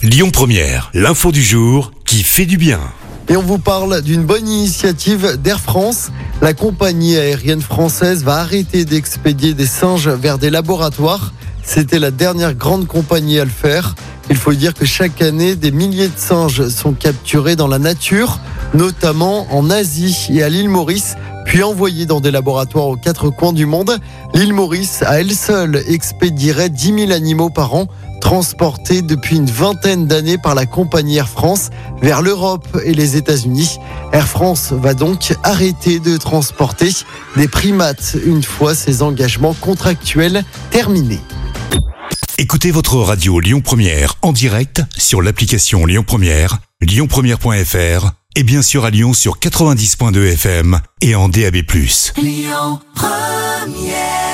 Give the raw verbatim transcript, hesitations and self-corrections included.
Lyon Première, l'info du jour qui fait du bien. Et on vous parle d'une bonne initiative d'Air France. La compagnie aérienne française va arrêter d'expédier des singes vers des laboratoires. C'était la dernière grande compagnie à le faire. Il faut dire que chaque année, des milliers de singes sont capturés dans la nature, notamment en Asie et à l'île Maurice, puis envoyés dans des laboratoires aux quatre coins du monde. L'île Maurice, à elle seule, expédierait dix mille animaux par an, transportés depuis une vingtaine d'années par la compagnie Air France vers l'Europe et les États-Unis. Air France va donc arrêter de transporter des primates une fois ses engagements contractuels terminés. Écoutez votre radio Lyon Première en direct sur l'application Lyon Première, lyon première point f r et bien sûr à Lyon sur quatre-vingt-dix virgule deux F M et en D A B plus. Lyon Première.